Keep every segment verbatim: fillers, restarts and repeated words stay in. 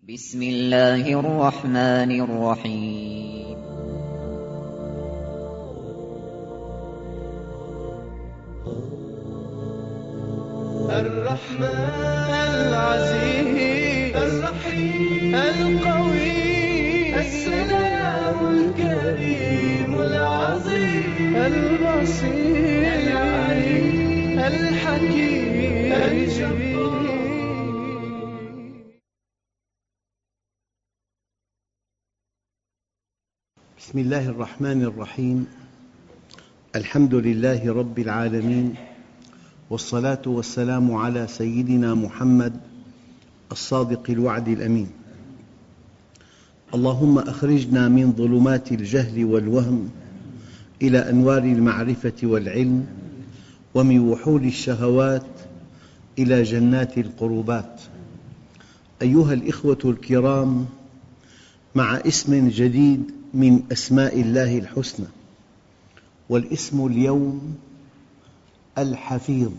بسم الله الرحمن الرحيم. الرحمن العزيز الرحيم القوي السلام الكريم العظيم البصير العليم الحكيم الجبار. بسم الله الرحمن الرحيم. الحمد لله رب العالمين، والصلاة والسلام على سيدنا محمد الصادق الوعد الأمين. اللهم أخرجنا من ظلمات الجهل والوهم إلى أنوار المعرفة والعلم، ومن وحول الشهوات إلى جنات القربات. أيها الإخوة الكرام، مع اسم جديد من أسماء الله الحسنى، والاسم اليوم الحفيظ.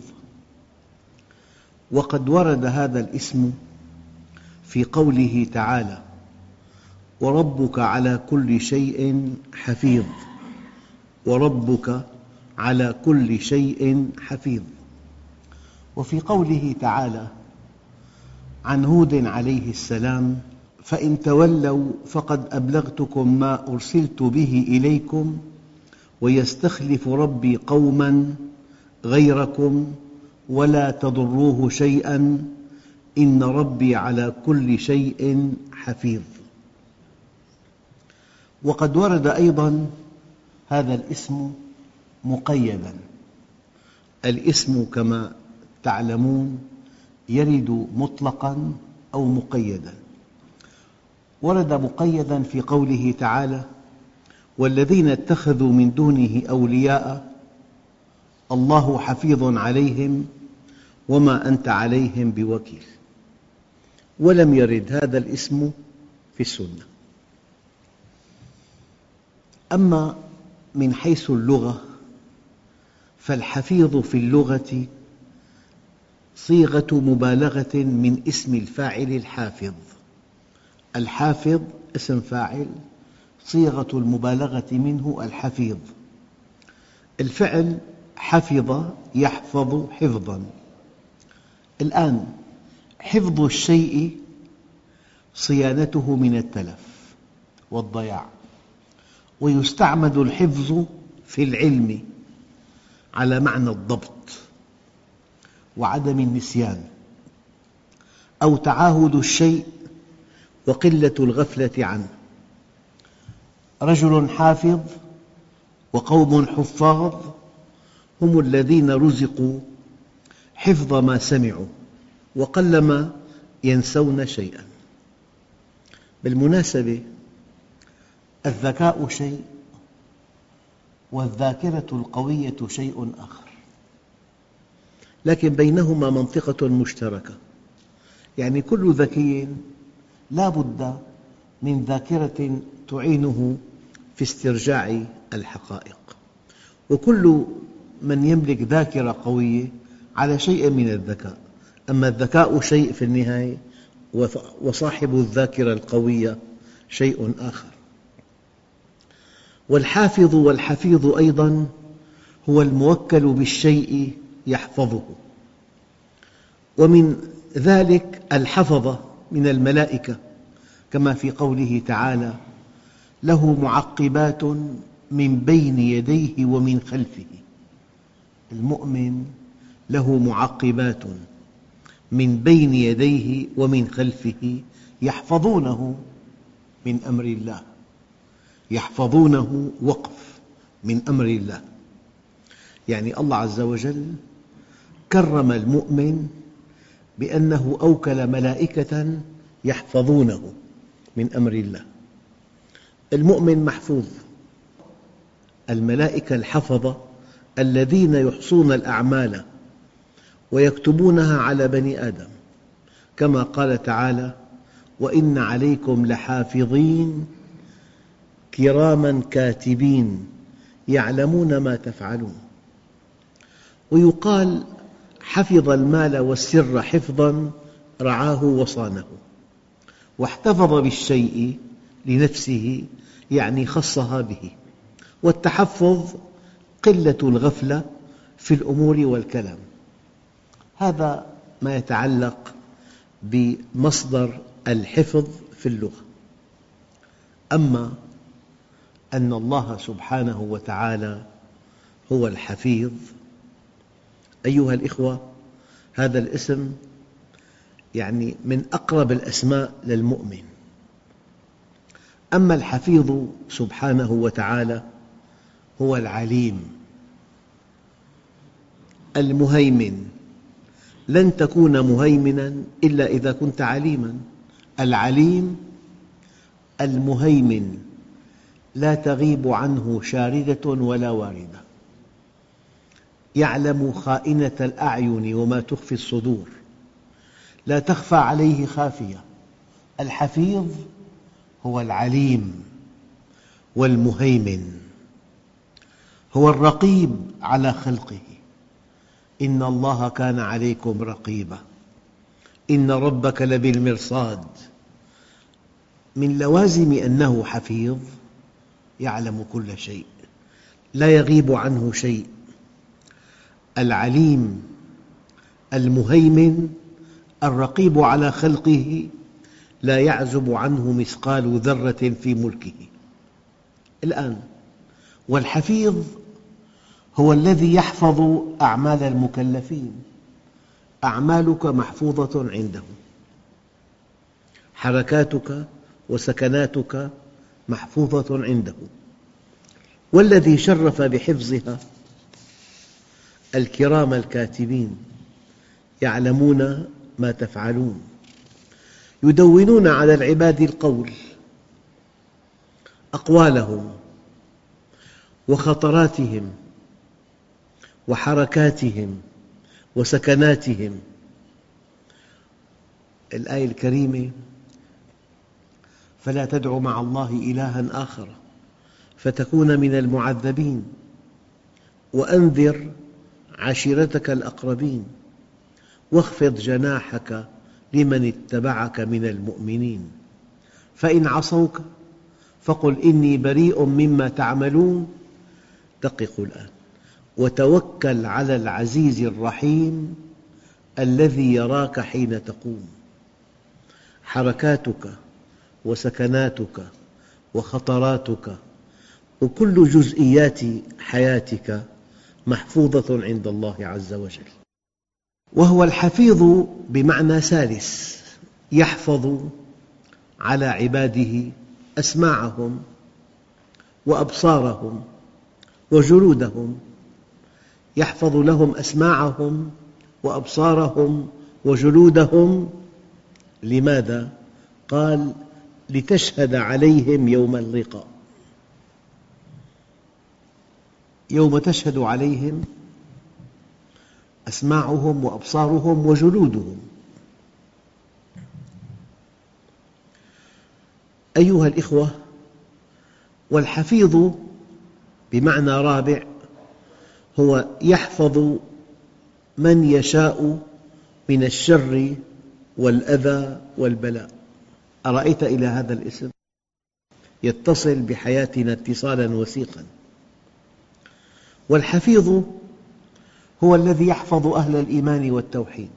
وقد ورد هذا الاسم في قوله تعالى: وربك على كل شيء حفيظ. وربك على كل شيء حفيظ. وفي قوله تعالى عن هود عليه السلام: فإن تولوا فقد أبلغتكم ما أرسلت به إليكم ويستخلف ربي قوماً غيركم ولا تضروه شيئاً إن ربي على كل شيء حفيظ. وقد ورد أيضاً هذا الاسم مقيداً. الاسم كما تعلمون يرد مطلقاً أو مقيداً. ورد مقيداً في قوله تعالى: والذين اتخذوا من دونه أولياء الله حفيظ عليهم وما أنت عليهم بوكيل. ولم يرد هذا الاسم في السنة. أما من حيث اللغة، فالحفيظ في اللغة صيغة مبالغة من اسم الفاعل الحافظ. الحافظ اسم فاعل، صيغة المبالغة منه الحفيظ. الفعل حفظ يحفظ حفظاً. الآن حفظ الشيء صيانته من التلف والضياع، ويستعمل الحفظ في العلم على معنى الضبط وعدم النسيان، أو تعاهد الشيء وقلة الغفلة عنه. رجل حافظ وقوم حفاظ هم الذين رزقوا حفظ ما سمعوا وقلما ينسون شيئاً. بالمناسبة، الذكاء شيء والذاكرة القوية شيء آخر، لكن بينهما منطقة مشتركة. يعني كل ذكي لا بد من ذاكرة تعينه في استرجاع الحقائق، وكل من يملك ذاكرة قوية على شيء من الذكاء. أما الذكاء شيء في النهاية، وصاحب الذاكرة القوية شيء آخر. والحافظ والحفيظ أيضاً هو الموكل بالشيء يحفظه. ومن ذلك الحفظة من الملائكة، كما في قوله تعالى: له معقبات من بين يديه ومن خلفه. المؤمن له معقبات من بين يديه ومن خلفه يحفظونه من أمر الله. يحفظونه وقف من أمر الله. يعني الله عز وجل كرم المؤمن بأنه أوكل ملائكة يحفظونه من أمر الله. المؤمن محفوظ. الملائكة الحفظة الذين يحصون الأعمال ويكتبونها على بني آدم، كما قال تعالى: وإن عليكم لحافظين كراما كاتبين يعلمون ما تفعلون. ويقال: حفظ المال والسر حفظاً رعاه وصانه. واحتفظ بالشيء لنفسه يعني خصها به. والتحفظ قلة الغفلة في الأمور والكلام. هذا ما يتعلق بمصدر الحفظ في اللغة. أما أن الله سبحانه وتعالى هو الحفيظ، أيها الإخوة، هذا الاسم يعني من أقرب الأسماء للمؤمن. أما الحفيظ سبحانه وتعالى هو العليم المهيمن. لن تكون مهيمناً إلا إذا كنت عليماً. العليم المهيمن لا تغيب عنه شاردة ولا واردة، يعلم خائنة الأعين وما تخفي الصدور، لا تخفى عليه خافية. الحفيظ هو العليم والمهيمن، هو الرقيب على خلقه. إن الله كان عليكم رقيبا إن ربك لبالمرصاد. من لوازم أنه حفيظ يعلم كل شيء، لا يغيب عنه شيء. العليم المهيمن الرقيب على خلقه، لا يعزب عنه مثقال ذرة في ملكه. الآن والحفيظ هو الذي يحفظ أعمال المكلفين. أعمالك محفوظة عنده، حركاتك وسكناتك محفوظة عنده. والذي شرف بحفظها الكرام الكاتبين يعلمون ما تفعلون، يدونون على العباد القول، أقوالهم وخطراتهم وحركاتهم وسكناتهم. الآية الكريمة: فلا تدع مع الله إلها آخر فتكون من المعذبين وأنذر عشيرتك الأقربين واخفض جناحك لمن اتبعك من المؤمنين فإن عصوك فقل إني بريء مما تعملون. دققوا الآن: وتوكل على العزيز الرحيم الذي يراك حين تقوم. حركاتك وسكناتك وخطراتك وكل جزئيات حياتك محفوظة عند الله عز وجل. وهو الحفيظ بمعنى ثالث، يحفظ على عباده أسماعهم وأبصارهم وجلودهم. يحفظ لهم أسماعهم وأبصارهم وجلودهم. لماذا؟ قال: لتشهد عليهم يوم اللقاء. يوم تشهد عليهم أسماعهم وأبصارهم وجلودهم. أيها الإخوة، والحفيظ بمعنى رابع هو يحفظ من يشاء من الشر والأذى والبلاء. أرأيت إلى هذا الاسم يتصل بحياتنا اتصالاً وثيقاً. والحفيظ هو الذي يحفظ أهل الإيمان والتوحيد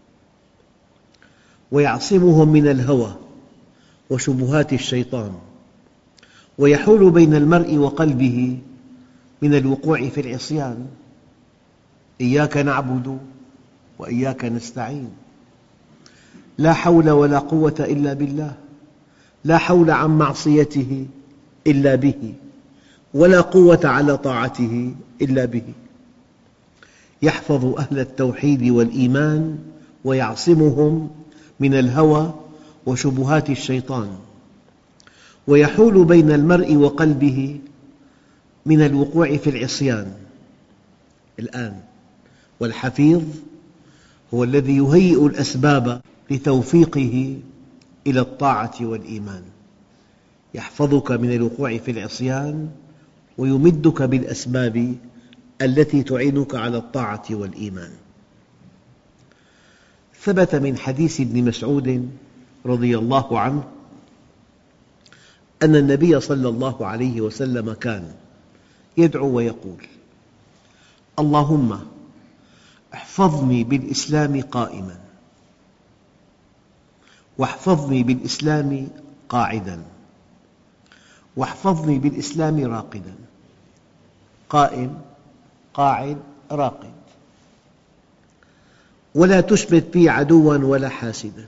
ويعصمهم من الهوى وشبهات الشيطان، ويحول بين المرء وقلبه من الوقوع في العصيان. إياك نعبد وإياك نستعين. لا حول ولا قوة إلا بالله. لا حول عن معصيته إلا به، ولا قوة على طاعته إلا به. يحفظ أهل التوحيد والإيمان ويعصمهم من الهوى وشبهات الشيطان، ويحول بين المرء وقلبه من الوقوع في العصيان. الآن والحفيظ هو الذي يهيئ الأسباب لتوفيقه إلى الطاعة والإيمان. يحفظك من الوقوع في العصيان ويمدك بالأسباب التي تعينك على الطاعة والإيمان. ثبت من حديث ابن مسعود رضي الله عنه أن النبي صلى الله عليه وسلم كان يدعو ويقول: اللهم احفظني بالإسلام قائماً، واحفظني بالإسلام قاعداً، واحفظني بالإسلام راقداً. قائم، قاعد، راقد. ولا تشمت بي عدواً ولا حاسداً.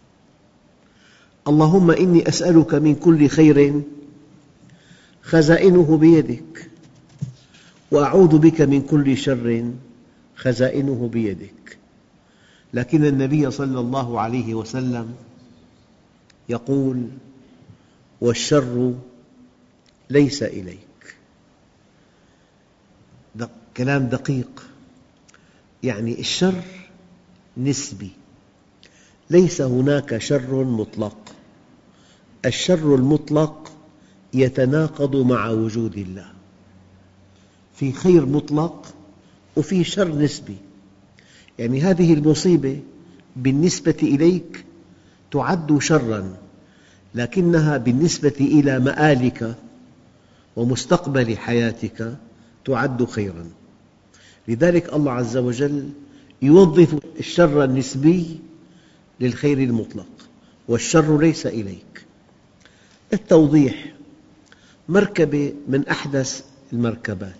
اللهم إني أسألك من كل خير خزائنه بيدك، وأعوذ بك من كل شر خزائنه بيدك. لكن النبي صلى الله عليه وسلم يقول: والشر ليس إليك. كلام دقيق، يعني الشر نسبي، ليس هناك شر مطلق. الشر المطلق يتناقض مع وجود الله. في خير مطلق وفي شر نسبي، يعني هذه المصيبة بالنسبة إليك تعد شراً، لكنها بالنسبة إلى مآلك ومستقبل حياتك تعد خيراً. لذلك الله عز وجل يوظف الشر النسبي للخير المطلق، والشر ليس إليك. التوضيح: مركبة من أحدث المركبات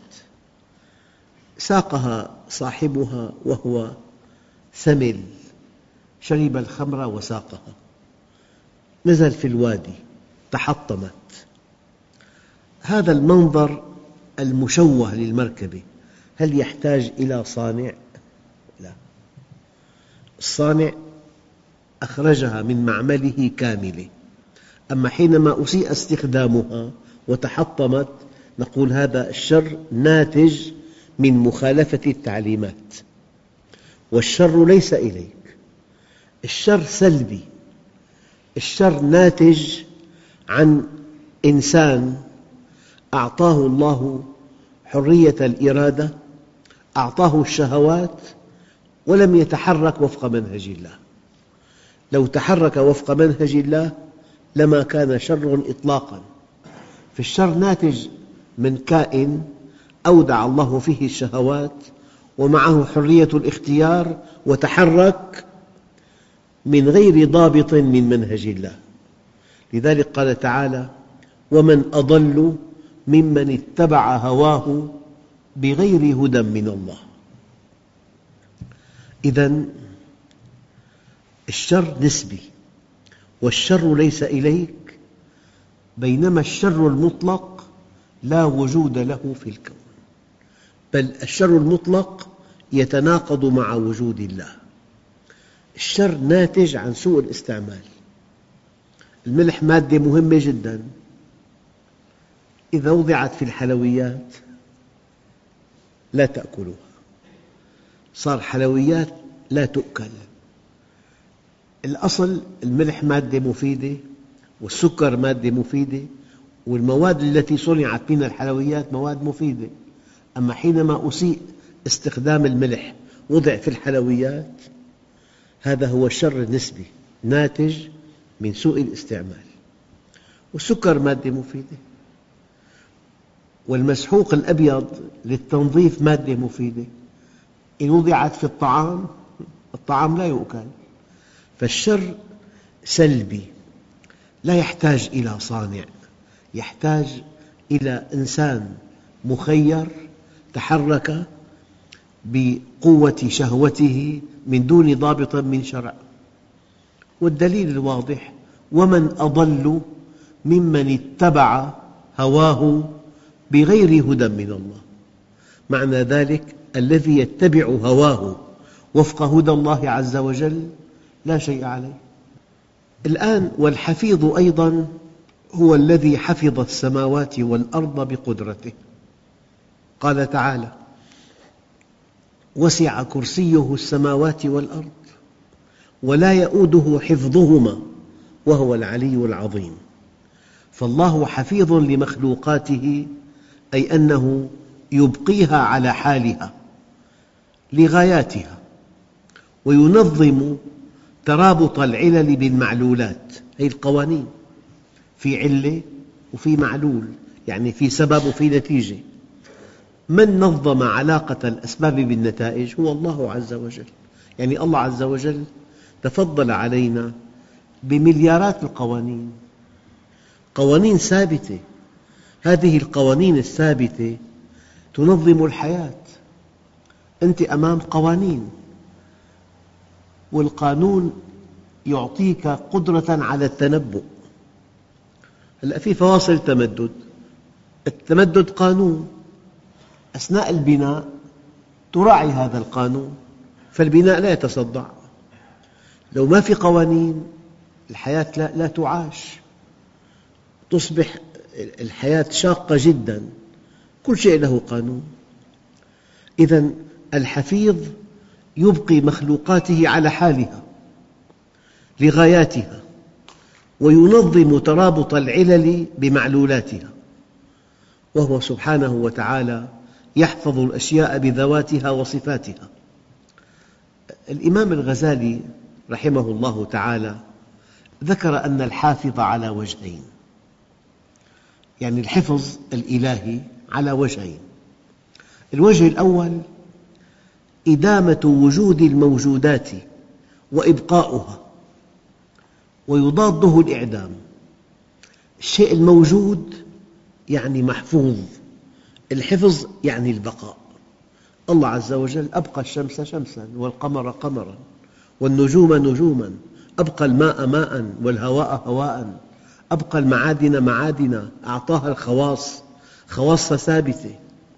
ساقها صاحبها وهو سمل، شرب الخمر وساقها، نزل في الوادي، تحطمت. هذا المنظر المشوه للمركبة هل يحتاج إلى صانع؟ لا، الصانع أخرجها من معمله كاملة. أما حينما أسيء استخدامها وتحطمت نقول هذا الشر ناتج من مخالفة التعليمات. والشر ليس إليك. الشر سلبي، الشر ناتج عن إنسان أعطاه الله حرية الإرادة، أعطاه الشهوات ولم يتحرك وفق منهج الله. لو تحرك وفق منهج الله لما كان شر إطلاقاً. فالشر ناتج من كائن أودع الله فيه الشهوات ومعه حرية الاختيار وتحرك من غير ضابط من منهج الله. لذلك قال تعالى: ومن أضل ممن اتبع هواه بغير هدى من الله. إذن الشر نسبي، والشر ليس إليك، بينما الشر المطلق لا وجود له في الكون، بل الشر المطلق يتناقض مع وجود الله. الشر ناتج عن سوء الاستعمال. الملح مادة مهمة جداً، إذا وضعت في الحلويات لا تأكلها، صار حلويات لا تؤكل. الأصل الملح مادة مفيدة، والسكر مادة مفيدة، والمواد التي صنعت من الحلويات مواد مفيدة. أما حينما أسيء استخدام الملح وضع في الحلويات، هذا هو الشر النسبي ناتج من سوء الاستعمال. والسكر مادة مفيدة، والمسحوق الأبيض للتنظيف مادة مفيدة، إن وضعت في الطعام الطعام لا يؤكل. فالشر سلبي، لا يحتاج إلى صانع، يحتاج إلى إنسان مخير تحرك بقوة شهوته من دون ضابط من شرع. والدليل الواضح: ومن أضل ممن اتبع هواه بغير هدى من الله. معنى ذلك الذي يتبع هواه وفق هدى الله عز وجل لا شيء عليه. الآن والحفيظ أيضاً هو الذي حفظ السماوات والأرض بقدرته. قال تعالى: وسع كرسيه السماوات والأرض ولا يؤوده حفظهما وهو العلي العظيم. فالله حفيظ لمخلوقاته، أي أنه يبقيها على حالها لغاياتها، وينظم ترابط العلل بالمعلولات، هذه القوانين. في علة وفي معلول، يعني في سبب وفي نتيجة. من نظم علاقة الأسباب بالنتائج هو الله عز وجل. يعني الله عز وجل تفضل علينا بمليارات القوانين، قوانين ثابتة. هذه القوانين الثابتة تنظم الحياة. أنت أمام قوانين، والقانون يعطيك قدرة على التنبؤ. هلأ في فواصل تمدد، التمدد قانون، أثناء البناء تراعي هذا القانون، فالبناء لا يتصدع. لو ما في قوانين الحياة لا, لا تعاش، تصبح الحياة شاقة جدا. كل شيء له قانون. إذن الحفيظ يبقي مخلوقاته على حالها لغاياتها، وينظم ترابط العلل بمعلولاتها، وهو سبحانه وتعالى يحفظ الأشياء بذواتها وصفاتها. الإمام الغزالي رحمه الله تعالى ذكر أن الحافظ على وجهين، يعني الحفظ الإلهي على وجهين. الوجه الأول إدامة وجود الموجودات وإبقاؤها، ويضاده الإعدام. الشيء الموجود يعني محفوظ، الحفظ يعني البقاء. الله عز وجل أبقى الشمس شمساً والقمر قمراً والنجوم نجوماً، أبقى الماء ماءً والهواء هواءً، أبقى المعادن معادن، أعطاها الخواص، خواص ثابتة.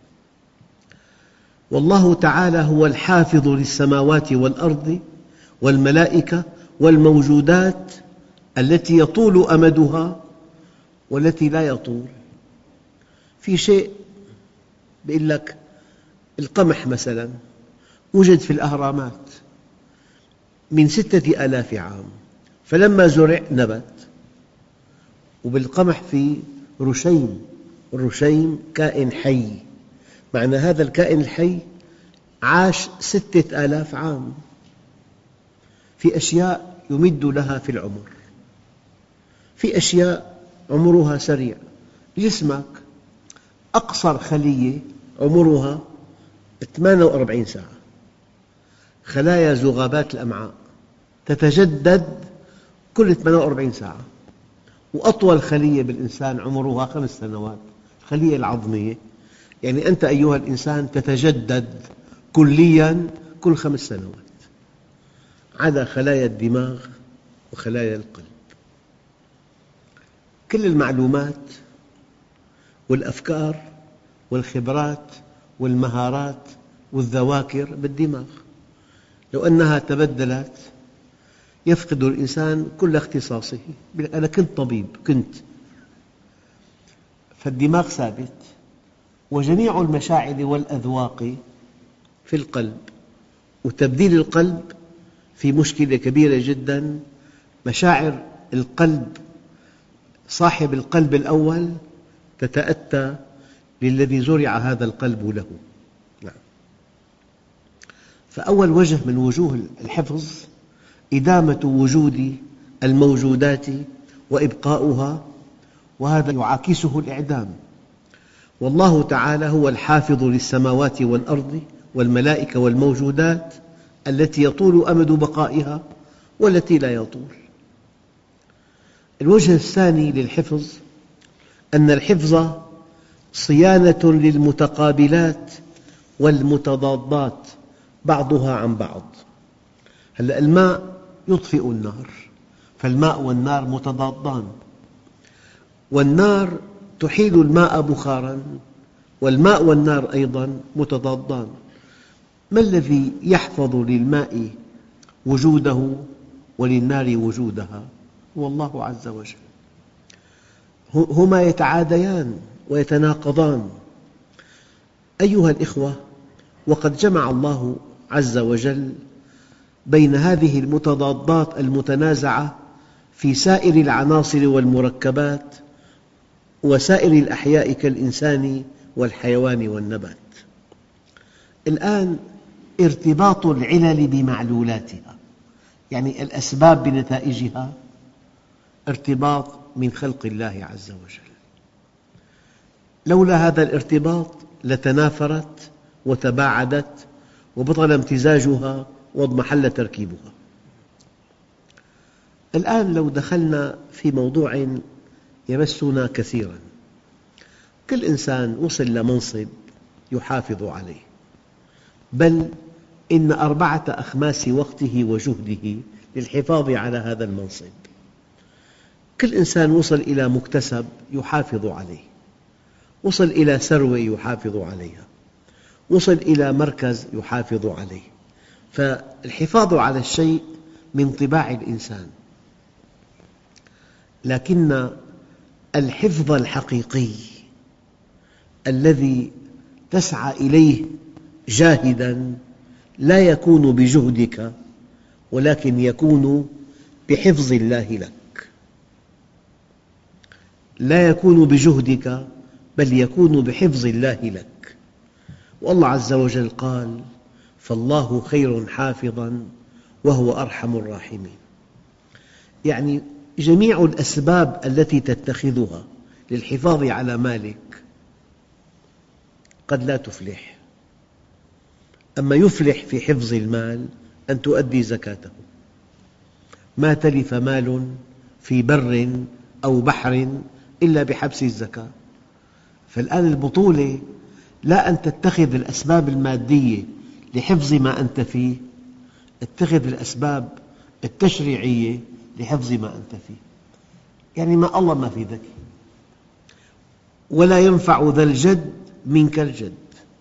والله تعالى هو الحافظ للسماوات والأرض والملائكة والموجودات التي يطول أمدها والتي لا يطول. في شيء يقول لك القمح مثلاً وجد في الأهرامات من ستة آلاف عام، فلما زرع نبت. وبالقمح في رشيم، الرشيم كائن حي، معنى هذا الكائن الحي عاش ستة آلاف عام. في أشياء يمد لها في العمر، في أشياء عمرها سريع. جسمك أقصر خلية عمرها ثمانية وأربعين ساعة، خلايا ذغابات الأمعاء تتجدد كل ثمانية وأربعين ساعة. وأطول خلية بالإنسان عمرها خمس سنوات، الخلية العظمية. يعني أنت أيها الإنسان تتجدد كلياً كل خمس سنوات، عدا خلايا الدماغ وخلايا القلب. كل المعلومات والأفكار والخبرات والمهارات والذواكر بالدماغ. لو أنها تبدلت يفقد الإنسان كل اختصاصه. أنا كنت طبيب، كنت، فالدماغ ثابت، وجميع المشاعر والأذواق في القلب. وتبديل القلب في مشكلة كبيرة جداً. مشاعر القلب، صاحب القلب الأول تتأتى للذي زرع هذا القلب له. نعم. فأول وجه من وجوه الحفظ إدامة وجود الموجودات وإبقاؤها، وهذا يعاكسه الإعدام. والله تعالى هو الحافظ للسماوات والأرض والملائكة والموجودات التي يطول أمد بقائها والتي لا يطول. الوجه الثاني للحفظ أن الحفظ صيانة للمتقابلات والمتضادات بعضها عن بعض. هلأ الماء يطفئ النار، فالماء والنار متضادان، والنار تحيل الماء بخاراً، والماء والنار أيضاً متضادان. ما الذي يحفظ للماء وجوده وللنار وجودها؟ هو الله عز وجل. هما يتعاديان ويتناقضان. أيها الإخوة، وقد جمع الله عز وجل بين هذه المتضادات المتنازعة في سائر العناصر والمركبات وسائر الأحياء كالإنسان والحيوان والنبات. الآن ارتباط العلل بمعلولاتها، يعني الأسباب بنتائجها، ارتباط من خلق الله عز وجل. لولا هذا الارتباط لتنافرت وتباعدت وبطل امتزاجها واضمحل تركيبها. الآن لو دخلنا في موضوع يمسنا كثيراً، كل إنسان وصل لمنصب يحافظ عليه، بل إن أربعة أخماس وقته وجهده للحفاظ على هذا المنصب. كل إنسان وصل إلى مكتسب يحافظ عليه، وصل إلى ثروة يحافظ عليها، وصل إلى مركز يحافظ عليه. فالحفاظ على الشيء من طباع الإنسان، لكن الحفظ الحقيقي الذي تسعى إليه جاهداً لا يكون بجهدك، ولكن يكون بحفظ الله لك. لا يكون بجهدك بل يكون بحفظ الله لك. والله عز وجل قال: فالله خير حافظاً وهو أرحم الراحمين. يعني جميع الأسباب التي تتخذها للحفاظ على مالك قد لا تفلح، أما يفلح في حفظ المال أن تؤدي زكاته. ما تلف مال في بر أو بحر إلا بحبس الزكاة. فالآن البطولة لا أن تتخذ الأسباب المادية لحفظ ما أنت فيه، اتخذ الأسباب التشريعية لحفظ ما أنت فيه. يعني ما الله ما في ذكي، ولا ينفع ذا الجد منك الجد،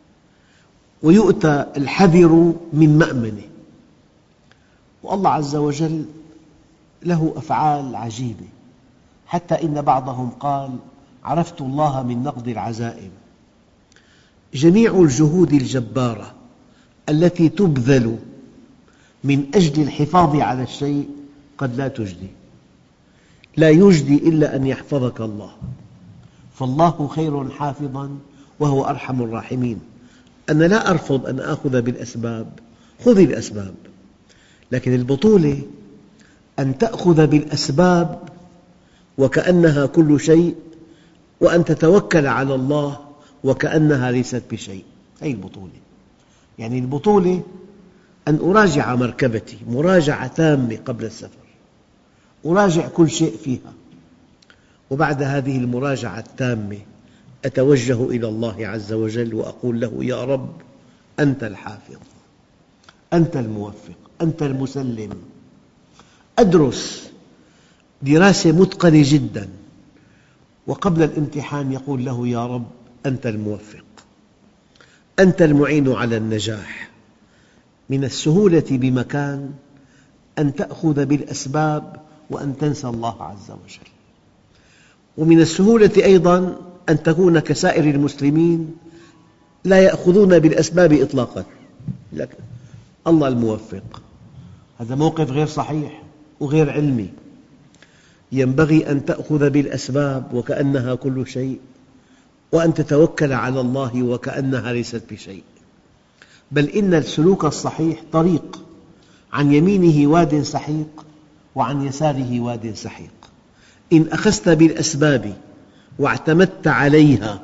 ويؤتى الحذر من مأمنه. والله عز وجل له أفعال عجيبة، حتى إن بعضهم قال: عرفت الله من نقض العزائم. جميع الجهود الجبارة التي تبذل من أجل الحفاظ على الشيء قد لا تجدي، لا يجدي إلا أن يحفظك الله. فالله خير حافظاً وهو أرحم الراحمين. أنا لا أرفض أن آخذ بالأسباب، خذ الأسباب، لكن البطولة أن تأخذ بالأسباب وكأنها كل شيء، وأن تتوكل على الله وكأنها ليست بشيء. هذه البطولة. يعني البطولة أن أراجع مركبتي مراجعة تامة قبل السفر، أراجع كل شيء فيها، وبعد هذه المراجعة التامة أتوجه إلى الله عز وجل وأقول له: يا رب، أنت الحافظ، أنت الموفق، أنت المسلم. أدرس دراسة متقنة جداً، وقبل الامتحان يقول له: يا رب، أنت الموفق، أنت المعين على النجاح. من السهولة بمكان أن تأخذ بالأسباب وأن تنسى الله عز وجل، ومن السهولة أيضاً أن تكون كسائر المسلمين لا يأخذون بالأسباب إطلاقاً، لكن الله الموفق. هذا موقف غير صحيح وغير علمي. ينبغي أن تأخذ بالأسباب وكأنها كل شيء، وأن تتوكل على الله وكأنها ليست بشيء. بل إن السلوك الصحيح طريق، عن يمينه واد سحيق وعن يساره واد سحيق. إن أخذت بالأسباب واعتمدت عليها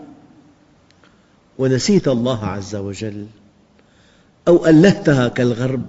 ونسيت الله عز وجل، أو ألهتها كالغرب،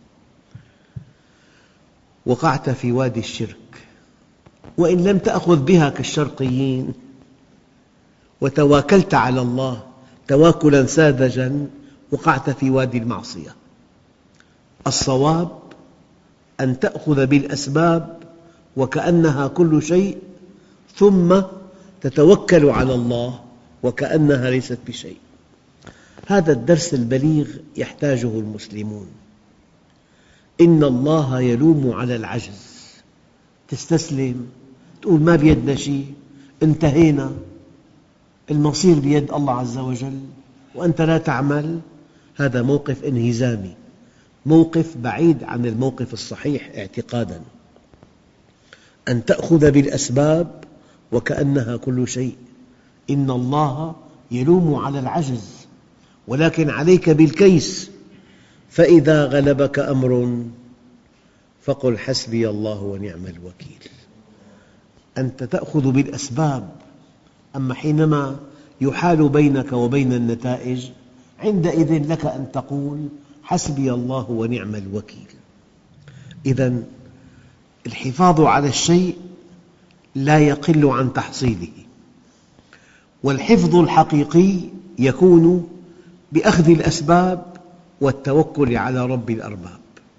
وقعت في وادي الشرك. وإن لم تأخذ بها كالشرقيين وتواكلت على الله تواكلاً ساذجاً، وقعت في وادي المعصية. الصواب أن تأخذ بالأسباب وكأنها كل شيء، ثم تتوكل على الله وكأنها ليست بشيء. هذا الدرس البليغ يحتاجه المسلمون. إن الله يلوم على العجز. تستسلم، تقول ما بيدنا شيء، انتهينا، المصير بيد الله عز وجل، وأنت لا تعمل. هذا موقف انهزامي، موقف بعيد عن الموقف الصحيح اعتقاداً. أن تأخذ بالأسباب وكأنها كل شيء. إن الله يلوم على العجز، ولكن عليك بالكيس. فإذا غلبك أمر فقل حسبي الله ونعم الوكيل. أنت تأخذ بالأسباب، أما حينما يحال بينك وبين النتائج، عندئذ لك أن تقول حسبي الله ونعم الوكيل. إذن الحفاظ على الشيء لا يقل عن تحصيله، والحفظ الحقيقي يكون بأخذ الأسباب والتوكل على رب الأرباب.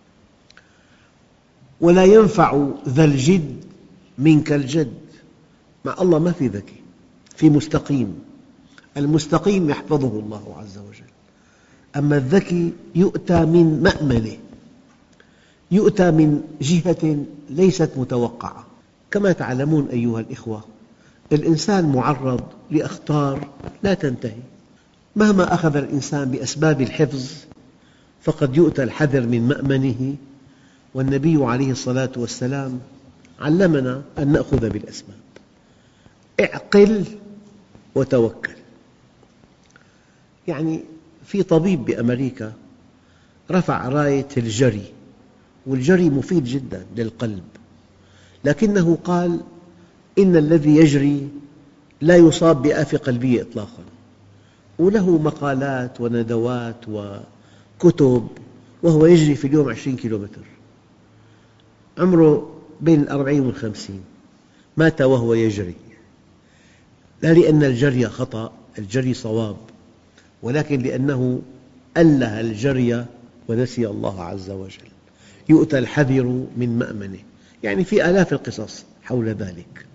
ولا ينفع ذا الجد منك الجد، مع الله ما في ذكي، في مستقيم، المستقيم يحفظه الله عز وجل. أما الذكي يؤتى من مأمنه، يؤتى من جهة ليست متوقعة. كما تعلمون أيها الإخوة، الإنسان معرض لأخطار لا تنتهي، مهما أخذ الإنسان بأسباب الحفظ فقد يؤتى الحذر من مأمنه، والنبي عليه الصلاة والسلام علمنا أن نأخذ بالأسباب. اعقل وتوكل. يعني في طبيب بأمريكا رفع راية الجري، والجري مفيد جدا للقلب، لكنه قال إن الذي يجري لا يصاب بآفة قلبية إطلاقا، وله مقالات وندوات وكتب، وهو يجري في اليوم عشرين كيلومتر، عمره بين الأربعين والخمسين، مات وهو يجري، لا لأن الجري خطأ، الجري صواب، ولكن لأنه أله الجري ونسي الله عز وجل. يؤتى الحذر من مأمنه، يعني في آلاف القصص حول ذلك.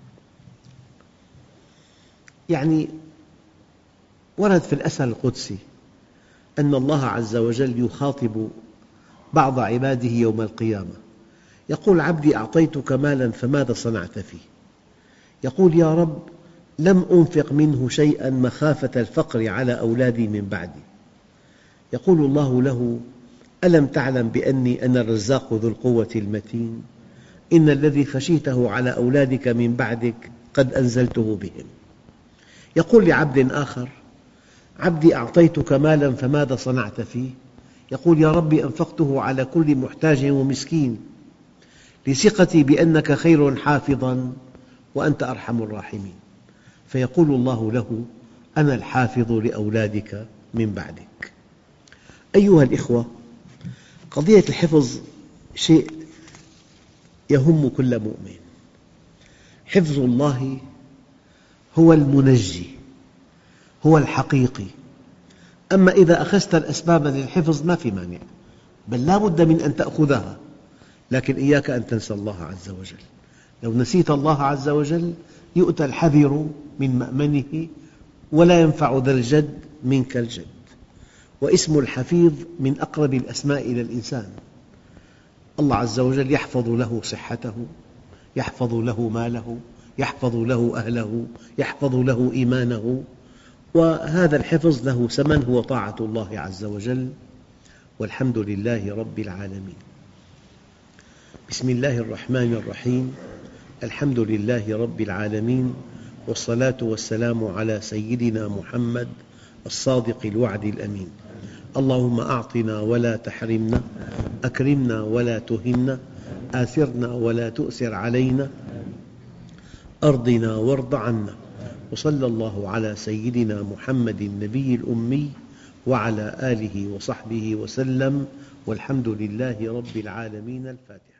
يعني ورد في الأثر القدسي أن الله عز وجل يخاطب بعض عباده يوم القيامة، يقول: عبدي أعطيتك مالا فماذا صنعت فيه؟ يقول: يا رب لم أنفق منه شيئا مخافة الفقر على أولادي من بعدي. يقول الله له: ألم تعلم بأني أنا الرزاق ذو القوة المتين؟ إن الذي خشيته على أولادك من بعدك قد أنزلته بهم. يقول لعبد آخر: عبدي أعطيتك مالا فماذا صنعت فيه؟ يقول: يا رب أنفقته على كل محتاج ومسكين، لثقتي بأنك خير حافظا وأنت أرحم الراحمين. فيقول الله له: أنا الحافظ لأولادك من بعدك. أيها الإخوة، قضية الحفظ شيء يهم كل مؤمن. حفظ الله هو المنجي، هو الحقيقي. أما إذا أخذت الأسباب للحفظ ما في مانع، بل لا بد من أن تأخذها، لكن إياك أن تنسى الله عز وجل. لو نسيت الله عز وجل يؤتى الحذر من مأمنه، ولا ينفع ذا الجد منك الجد. واسم الحفيظ من أقرب الأسماء إلى الإنسان. الله عز وجل يحفظ له صحته، يحفظ له ماله، يحفظ له أهله، يحفظ له إيمانه، وهذا الحفظ له ثمن هو طاعة الله عز وجل. والحمد لله رب العالمين. بسم الله الرحمن الرحيم. الحمد لله رب العالمين، والصلاة والسلام على سيدنا محمد الصادق الوعد الأمين. اللهم أعطنا ولا تحرمنا، أكرمنا ولا تهنا، آثرنا ولا تؤثر علينا، أرضنا وارض عنا. وصلى الله على سيدنا محمد النبي الأمي وعلى آله وصحبه وسلم، والحمد لله رب العالمين. الفاتحة.